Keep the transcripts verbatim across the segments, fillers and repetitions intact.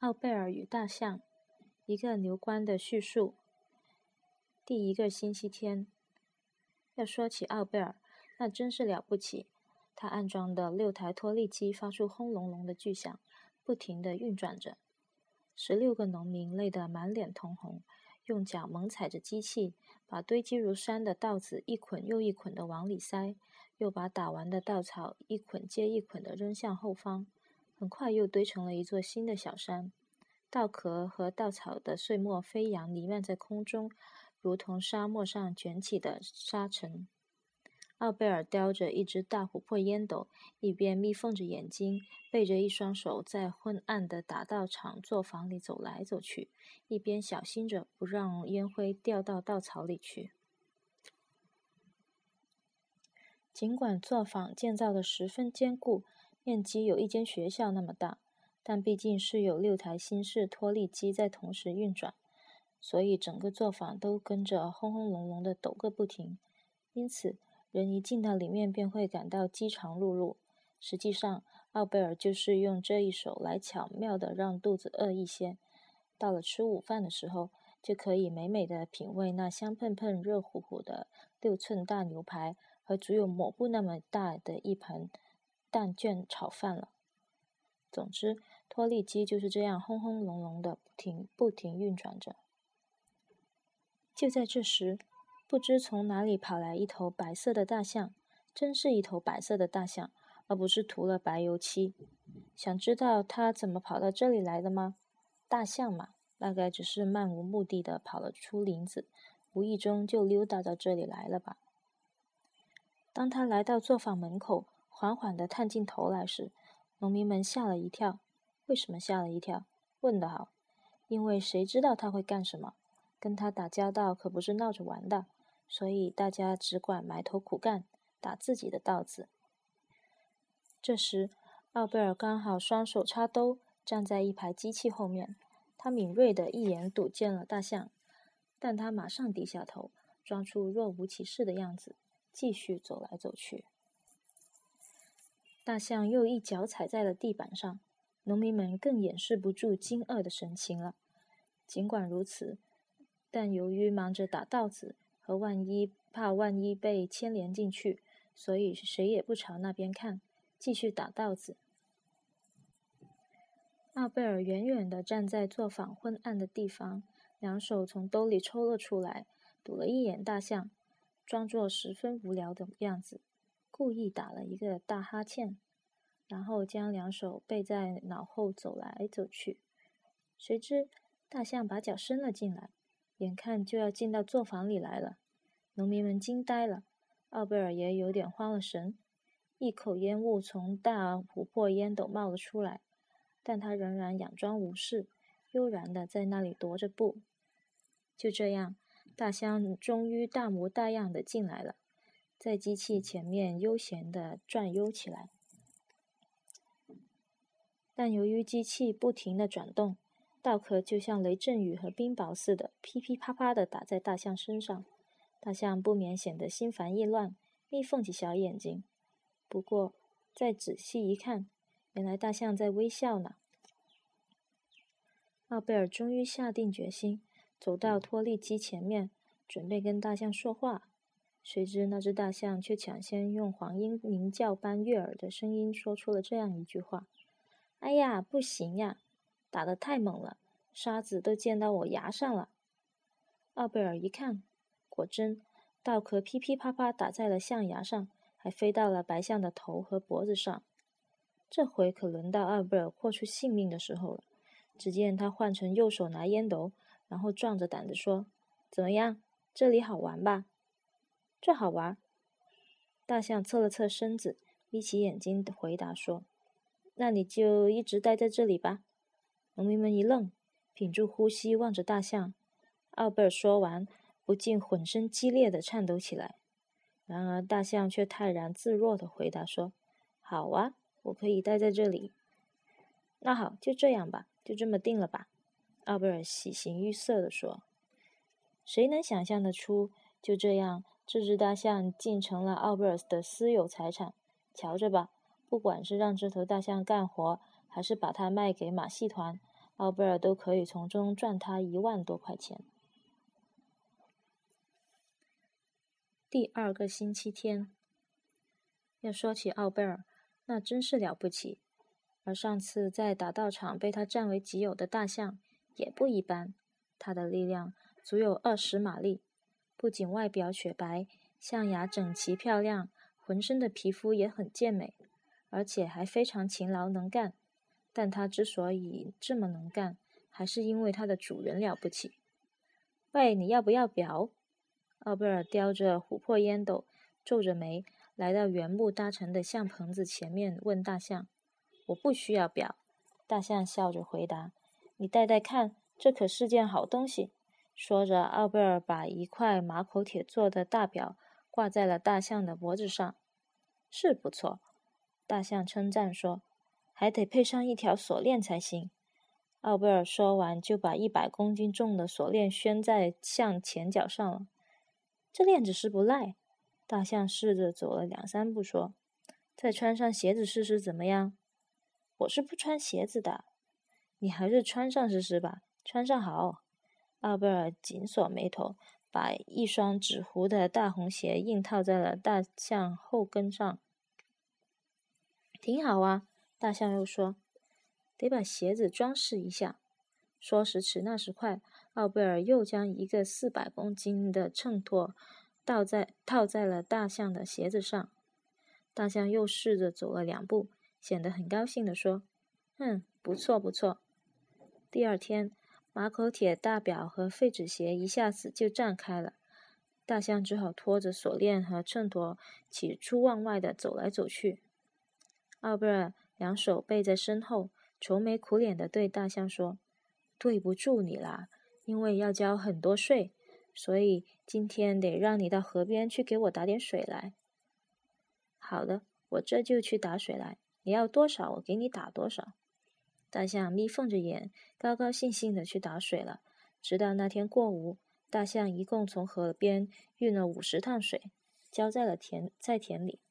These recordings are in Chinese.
奥贝尔与大象，一个牛倌的叙述。第一个星期天，要说起奥贝尔，那真是了不起。他安装的六台拖力机发出轰隆隆的巨响，不停地运转着。十六个农民累得满脸通红，用脚猛踩着机器，把堆积如山的稻子一捆又一捆地往里塞，又把打完的稻草一捆接一捆地扔向后方。很快又堆成了一座新的小山，稻壳和稻草的碎末飞扬弥漫在空中，如同沙漠上卷起的沙尘。奥贝尔叼着一只大琥珀烟斗，一边眯缝着眼睛，背着一双手在昏暗的打稻场作坊里走来走去，一边小心着不让烟灰掉到稻草里去。尽管作坊建造得十分坚固，面积有一间学校那么大，但毕竟是有六台新式拖力机在同时运转，所以整个作坊都跟着轰轰隆隆地抖个不停。因此人一进到里面便会感到饥肠辘辘。实际上奥贝尔就是用这一手来巧妙地让肚子饿一些，到了吃午饭的时候，就可以美美地品味那香喷喷热乎乎的六寸大牛排和足有抹布那么大的一盆蛋卷炒饭了。总之，拖力机就是这样轰轰隆隆的不停不停运转着。就在这时，不知从哪里跑来一头白色的大象，真是一头白色的大象，而不是涂了白油漆。想知道它怎么跑到这里来的吗？大象嘛，大概只是漫无目的地跑了出林子，无意中就溜达到这里来了吧。当他来到作坊门口，缓缓地探进头来时，农民们吓了一跳。为什么吓了一跳？问得好，因为谁知道他会干什么？跟他打交道可不是闹着玩的，所以大家只管埋头苦干，打自己的稻子。这时，奥贝尔刚好双手插兜，站在一排机器后面。他敏锐地一眼睹见了大象，但他马上低下头，装出若无其事的样子，继续走来走去。大象又一脚踩在了地板上，农民们更掩饰不住惊愕的神情了。尽管如此，但由于忙着打稻子和万一怕万一被牵连进去，所以谁也不朝那边看，继续打稻子。奥贝尔远远地站在作坊昏暗的地方，两手从兜里抽了出来，睹了一眼大象，装作十分无聊的样子，故意打了一个大哈欠，然后将两手背在脑后走来走去。谁知大象把脚伸了进来，眼看就要进到作坊里来了。农民们惊呆了，奥贝尔也有点慌了神。一口烟雾从大琥珀烟斗冒了出来，但他仍然佯装无事，悠然地在那里踱着步。就这样，大象终于大模大样地进来了，在机器前面悠闲地转悠起来。但由于机器不停地转动，稻壳就像雷阵雨和冰雹似的，噼噼啪啪地打在大象身上。大象不免显得心烦意乱，眯缝起小眼睛。不过，再仔细一看，原来大象在微笑呢。奥贝尔终于下定决心，走到拖力机前面，准备跟大象说话。谁知那只大象却抢先用黄莺鸣叫般悦耳的声音说出了这样一句话：“哎呀，不行呀，打得太猛了，沙子都溅到我牙上了。”奥贝尔一看，果真，稻壳噼噼啪啪打在了象牙上，还飞到了白象的头和脖子上。这回可轮到奥贝尔豁出性命的时候了。只见他换成右手拿烟斗，然后壮着胆子说：“怎么样，这里好玩吧？”“这好玩。”大象侧了侧身子，眯起眼睛回答说：“那你就一直待在这里吧。”农民们一愣，屏住呼吸望着大象。奥贝尔说完，不禁浑身激烈地颤抖起来。然而大象却泰然自若地回答说：“好啊，我可以待在这里。”“那好，就这样吧，就这么定了吧。”奥贝尔喜形于色地说。谁能想象得出，就这样，这只大象竟成了奥贝尔的私有财产。瞧着吧，不管是让这头大象干活，还是把它卖给马戏团， 奥贝尔都可以从中赚他一万多块钱。第二个星期天，要说起奥贝尔，那真是了不起。而上次在打道场被他占为己有的大象也不一般，他的力量足有二十马力，不仅外表雪白，象牙整齐漂亮，浑身的皮肤也很健美，而且还非常勤劳能干。但他之所以这么能干，还是因为他的主人了不起。喂，你要不要表？奥贝尔叼着琥珀烟斗，皱着眉，来到原木搭成的象棚子前面，问大象：“我不需要表。”大象笑着回答：“你戴戴看，这可是件好东西。”说着，奥贝尔把一块马口铁做的大表挂在了大象的脖子上。“是不错。”大象称赞说，“还得配上一条锁链才行。”奥贝尔说完，就把一百公斤重的锁链拴在象前脚上了。“这链子是不赖。”大象试着走了两三步，说：“再穿上鞋子试试怎么样？”“我是不穿鞋子的。”“你还是穿上试试吧，穿上好。”奥贝尔紧锁眉头，把一双纸糊的大红鞋硬套在了大象后跟上。“挺好啊。”大象又说，“得把鞋子装饰一下。”说时迟，那时快，奥贝尔又将一个四百公斤的秤砣倒在套在了大象的鞋子上。大象又试着走了两步，显得很高兴地说：“嗯，不错不错。”第二天，马口铁大表和废纸鞋一下子就站开了，大象只好拖着锁链和秤砣喜出望外地走来走去。奥贝尔两手背在身后，愁眉苦脸地对大象说：“对不住你啦，因为要交很多税，所以今天得让你到河边去给我打点水来。”“好的，我这就去打水来，你要多少我给你打多少。”大象眯缝着眼，高高兴兴地去打水了。直到那天过午，大象一共从河边运了五十趟水，浇在了田在田里。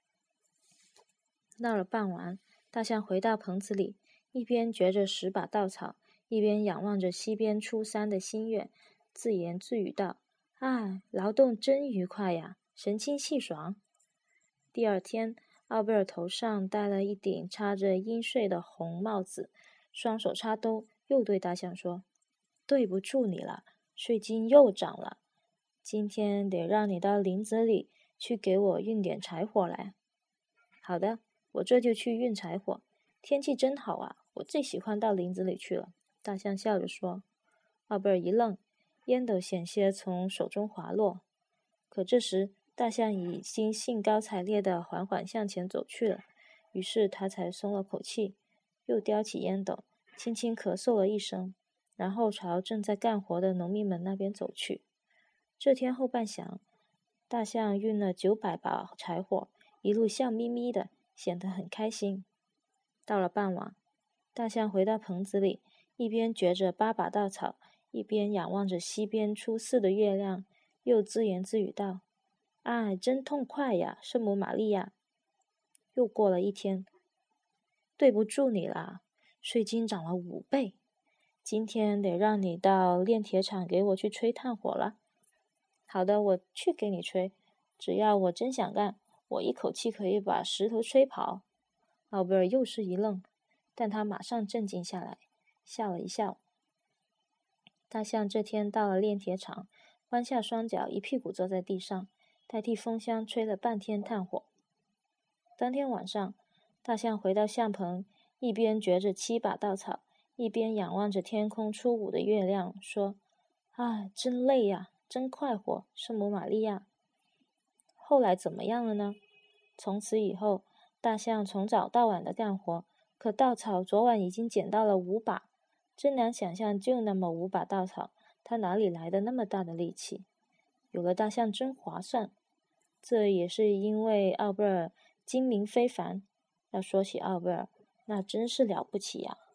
到了傍晚，大象回到棚子里，一边掘着十把稻草，一边仰望着西边初三的新月，自言自语道：“哎，劳动真愉快呀，神清气爽。”第二天，奥贝尔头上戴了一顶插着阴穗的红帽子，双手插兜，又对大象说：“对不住你了，税金又涨了，今天得让你到林子里去给我运点柴火来。”“好的，我这就去运柴火。天气真好啊，我最喜欢到林子里去了。”大象笑着说。奥贝尔一愣，烟斗险些从手中滑落。可这时大象已经兴高采烈地缓缓向前走去了，于是他才松了口气，又叼起烟斗，轻轻咳嗽了一声，然后朝正在干活的农民们那边走去。这天后半晌，大象运了九百把柴火，一路笑眯眯的，显得很开心。到了傍晚，大象回到棚子里，一边掘着八把稻草，一边仰望着西边初四的月亮，又自言自语道：“哎，真痛快呀，圣母玛利亚。”又过了一天，“对不住你啦，税金涨了五倍，今天得让你到炼铁厂给我去吹炭火了。”“好的，我去给你吹，只要我真想干，我一口气可以把石头吹跑。”奥贝尔又是一愣，但他马上镇静下来，笑了一笑。大象这天到了炼铁厂，弯下双脚，一屁股坐在地上，代替风箱吹了半天炭火。当天晚上，大象回到象棚，一边掘着七把稻草，一边仰望着天空初五的月亮，说：“啊，真累呀，真快活，圣母玛利亚。”后来怎么样了呢？从此以后，大象从早到晚的干活，可稻草昨晚已经捡到了五把。真难想象，就那么五把稻草，他哪里来的那么大的力气？有了大象真划算。这也是因为奥贝尔精明非凡。要说起奥贝尔，那真是了不起呀。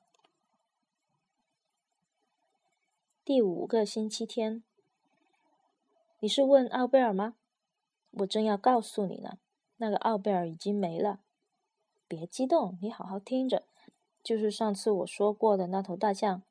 第五个星期天，你是问奥贝尔吗？我正要告诉你呢，那个奥贝尔已经没了。别激动，你好好听着，就是上次我说过的那头大象，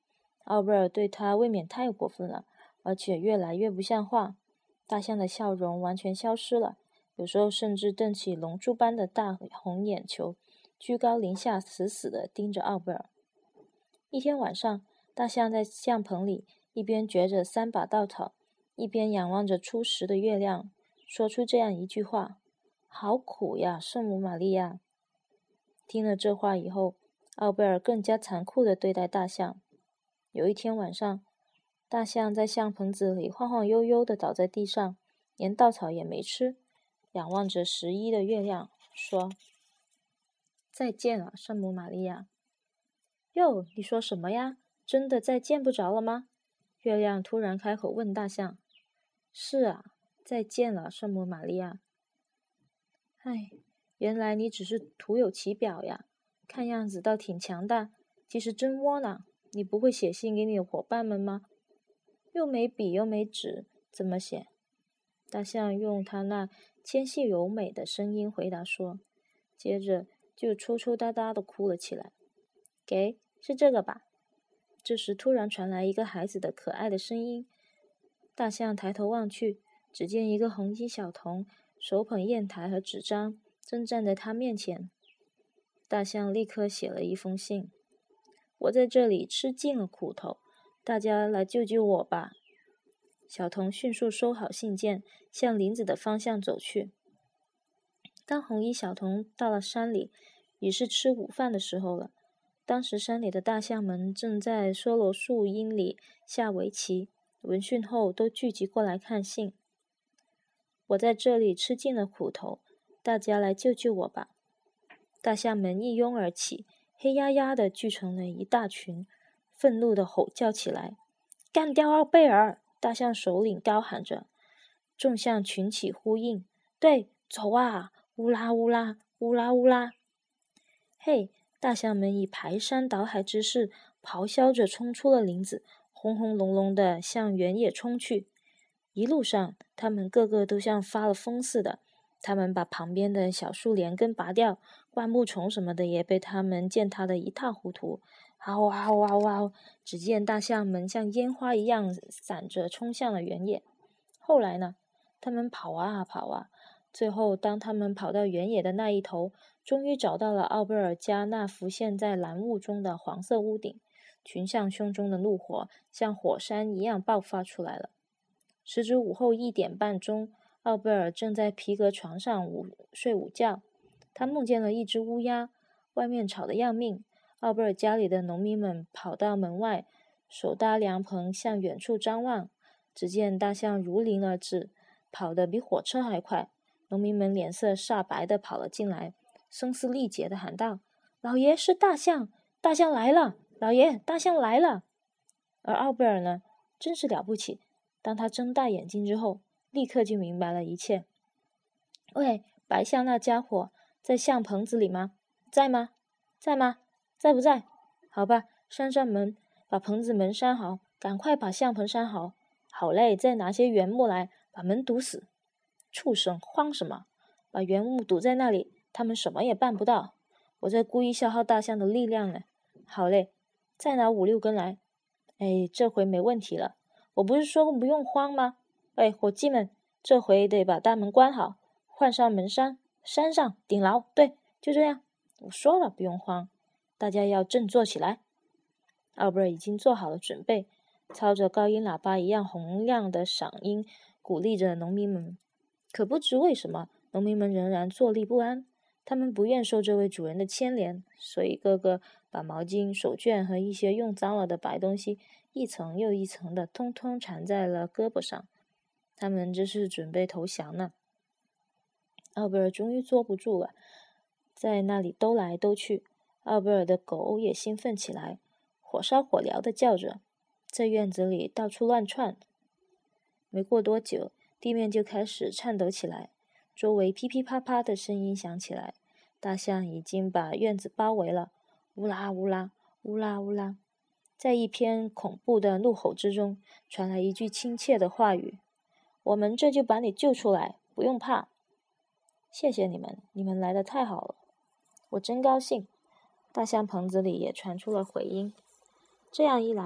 奥贝尔对他未免太过分了，而且越来越不像话。大象的笑容完全消失了，有时候甚至瞪起龙珠般的大红眼球，居高临下死死地盯着奥贝尔。一天晚上，大象在象棚里一边掘着三把稻草，一边仰望着初时的月亮，说出这样一句话：好苦呀，圣母玛利亚。听了这话以后，奥贝尔更加残酷地对待大象。有一天晚上，大象在象棚子里晃晃悠悠地倒在地上，连稻草也没吃，仰望着十一的月亮，说：再见了，圣母玛利亚。哟，你说什么呀？真的再见不着了吗？月亮突然开口问大象。是啊，再见了，圣母玛利亚。唉，原来你只是徒有其表呀，看样子倒挺强大，其实真窝囊。你不会写信给你的伙伴们吗？又没笔又没纸，怎么写？大象用他那纤细柔美的声音回答说，接着就抽抽搭搭地哭了起来。给，是这个吧？这时突然传来一个孩子的可爱的声音。大象抬头望去，只见一个红衣小童手捧砚台和纸张，正站在他面前。大象立刻写了一封信：我在这里吃尽了苦头，大家来救救我吧。小童迅速收好信件，向林子的方向走去。当红衣小童到了山里，已是吃午饭的时候了。当时山里的大象们正在梭罗树荫里下围棋，闻讯后都聚集过来看信。我在这里吃尽了苦头，大家来救救我吧。大象们一拥而起，黑压压地聚成了一大群，愤怒地吼叫起来：干掉奥贝尔！大象首领高喊着。众象群起呼应：对，走啊！乌拉乌拉，乌拉乌拉！嘿！大象们以排山倒海之势咆哮着冲出了林子，轰轰隆隆地向原野冲去。一路上，他们个个都像发了疯似的。他们把旁边的小树连根拔掉，灌木丛什么的也被他们践踏得一塌糊涂。嗷嗷嗷嗷！只见大象们像烟花一样散着冲向了原野。后来呢？他们跑啊跑啊，最后当他们跑到原野的那一头，终于找到了奥贝尔家那浮现在蓝雾中的黄色屋顶。群象胸中的怒火像火山一样爆发出来了。时值午后一点半钟，奥贝尔正在皮革床上午睡午觉。他梦见了一只乌鸦，外面吵得要命。奥贝尔家里的农民们跑到门外，手搭凉棚向远处张望。只见大象如林而至，跑得比火车还快。农民们脸色煞白地跑了进来，声嘶力竭地喊道：老爷，是大象！大象来了！老爷，大象来了！而奥贝尔呢，真是了不起。当他睁大眼睛之后，立刻就明白了一切。喂，白象那家伙在象棚子里吗？在吗？在吗？在不在？好吧，閂上门，把棚子门閂好，赶快把象棚閂好。好嘞，再拿些原木来，把门堵死。畜生，慌什么？把原木堵在那里，他们什么也办不到。我在故意消耗大象的力量呢。好嘞，再拿五六根来。哎，这回没问题了。我不是说过不用慌吗？哎，伙计们，这回得把大门关好，换上门栓，栓上，顶牢。对，就这样。我说了，不用慌，大家要振作起来。奥贝尔已经做好了准备，操着高音喇叭一样洪亮的嗓音，鼓励着农民们。可不知为什么，农民们仍然坐立不安。他们不愿受这位主人的牵连，所以个个把毛巾、手绢和一些用脏了的白东西一层又一层的通通缠在了胳膊上。他们这是准备投降呢。奥贝尔终于坐不住了，在那里兜来兜去。奥贝尔的狗也兴奋起来，火烧火燎地叫着，在院子里到处乱窜。没过多久，地面就开始颤抖起来，周围噼噼啪啪的声音响起来。大象已经把院子包围了，乌拉乌拉，乌拉乌拉。在一片恐怖的怒吼之中，传来一句亲切的话语：我们这就把你救出来，不用怕。谢谢你们，你们来得太好了，我真高兴。大象棚子里也传出了回音。这样一来，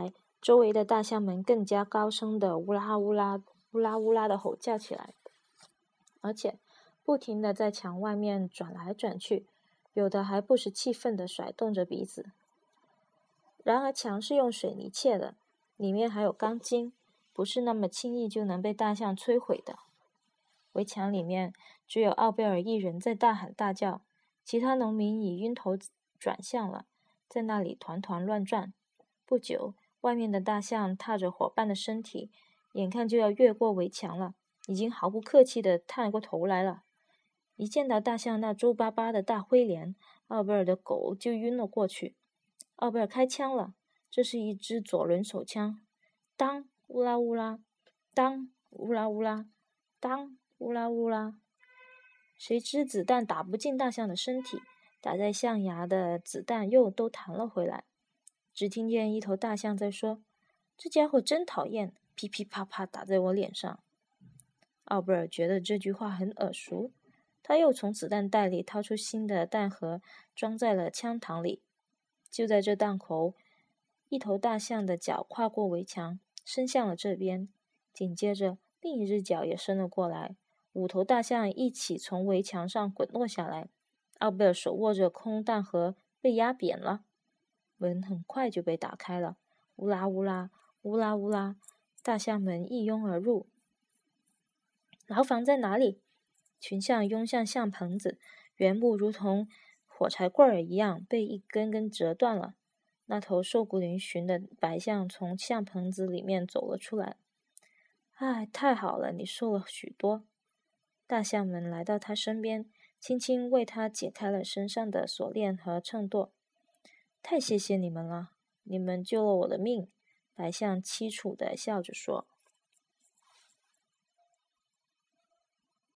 周围的大象们更加高声的乌拉乌拉乌拉乌拉的吼叫起来，而且不停地在墙外面转来转去，有的还不时气愤地甩动着鼻子。然而墙是用水泥砌的，里面还有钢筋，不是那么轻易就能被大象摧毁的。围墙里面只有奥贝尔一人在大喊大叫，其他农民已晕头转向了，在那里团团乱转。不久，外面的大象踏着伙伴的身体，眼看就要越过围墙了，已经毫不客气地探过头来了。一见到大象那皱巴巴的大灰脸，奥贝尔的狗就晕了过去。奥贝尔开枪了，这是一支左轮手枪。当，乌拉乌拉，当，乌拉乌拉，当，乌拉乌拉。谁知子弹打不进大象的身体，打在象牙的子弹又都弹了回来。只听见一头大象在说：“这家伙真讨厌，噼噼啪啪打在我脸上。”奥贝尔觉得这句话很耳熟，他又从子弹袋里掏出新的弹盒，装在了枪膛里。就在这档口，一头大象的脚跨过围墙，伸向了这边，紧接着另一只脚也伸了过来，五头大象一起从围墙上滚落下来。奥贝尔手握着空弹盒，被压扁了。门很快就被打开了，乌拉乌拉，乌拉乌拉，大象们一拥而入。牢房在哪里？群象拥向象棚子，原木如同火柴棍儿一样被一根根折断了。那头瘦骨嶙峋的白象从象棚子里面走了出来。哎，太好了，你瘦了许多。大象们来到他身边，轻轻为他解开了身上的锁链和秤垛。太谢谢你们了，你们救了我的命。白象凄楚地笑着说。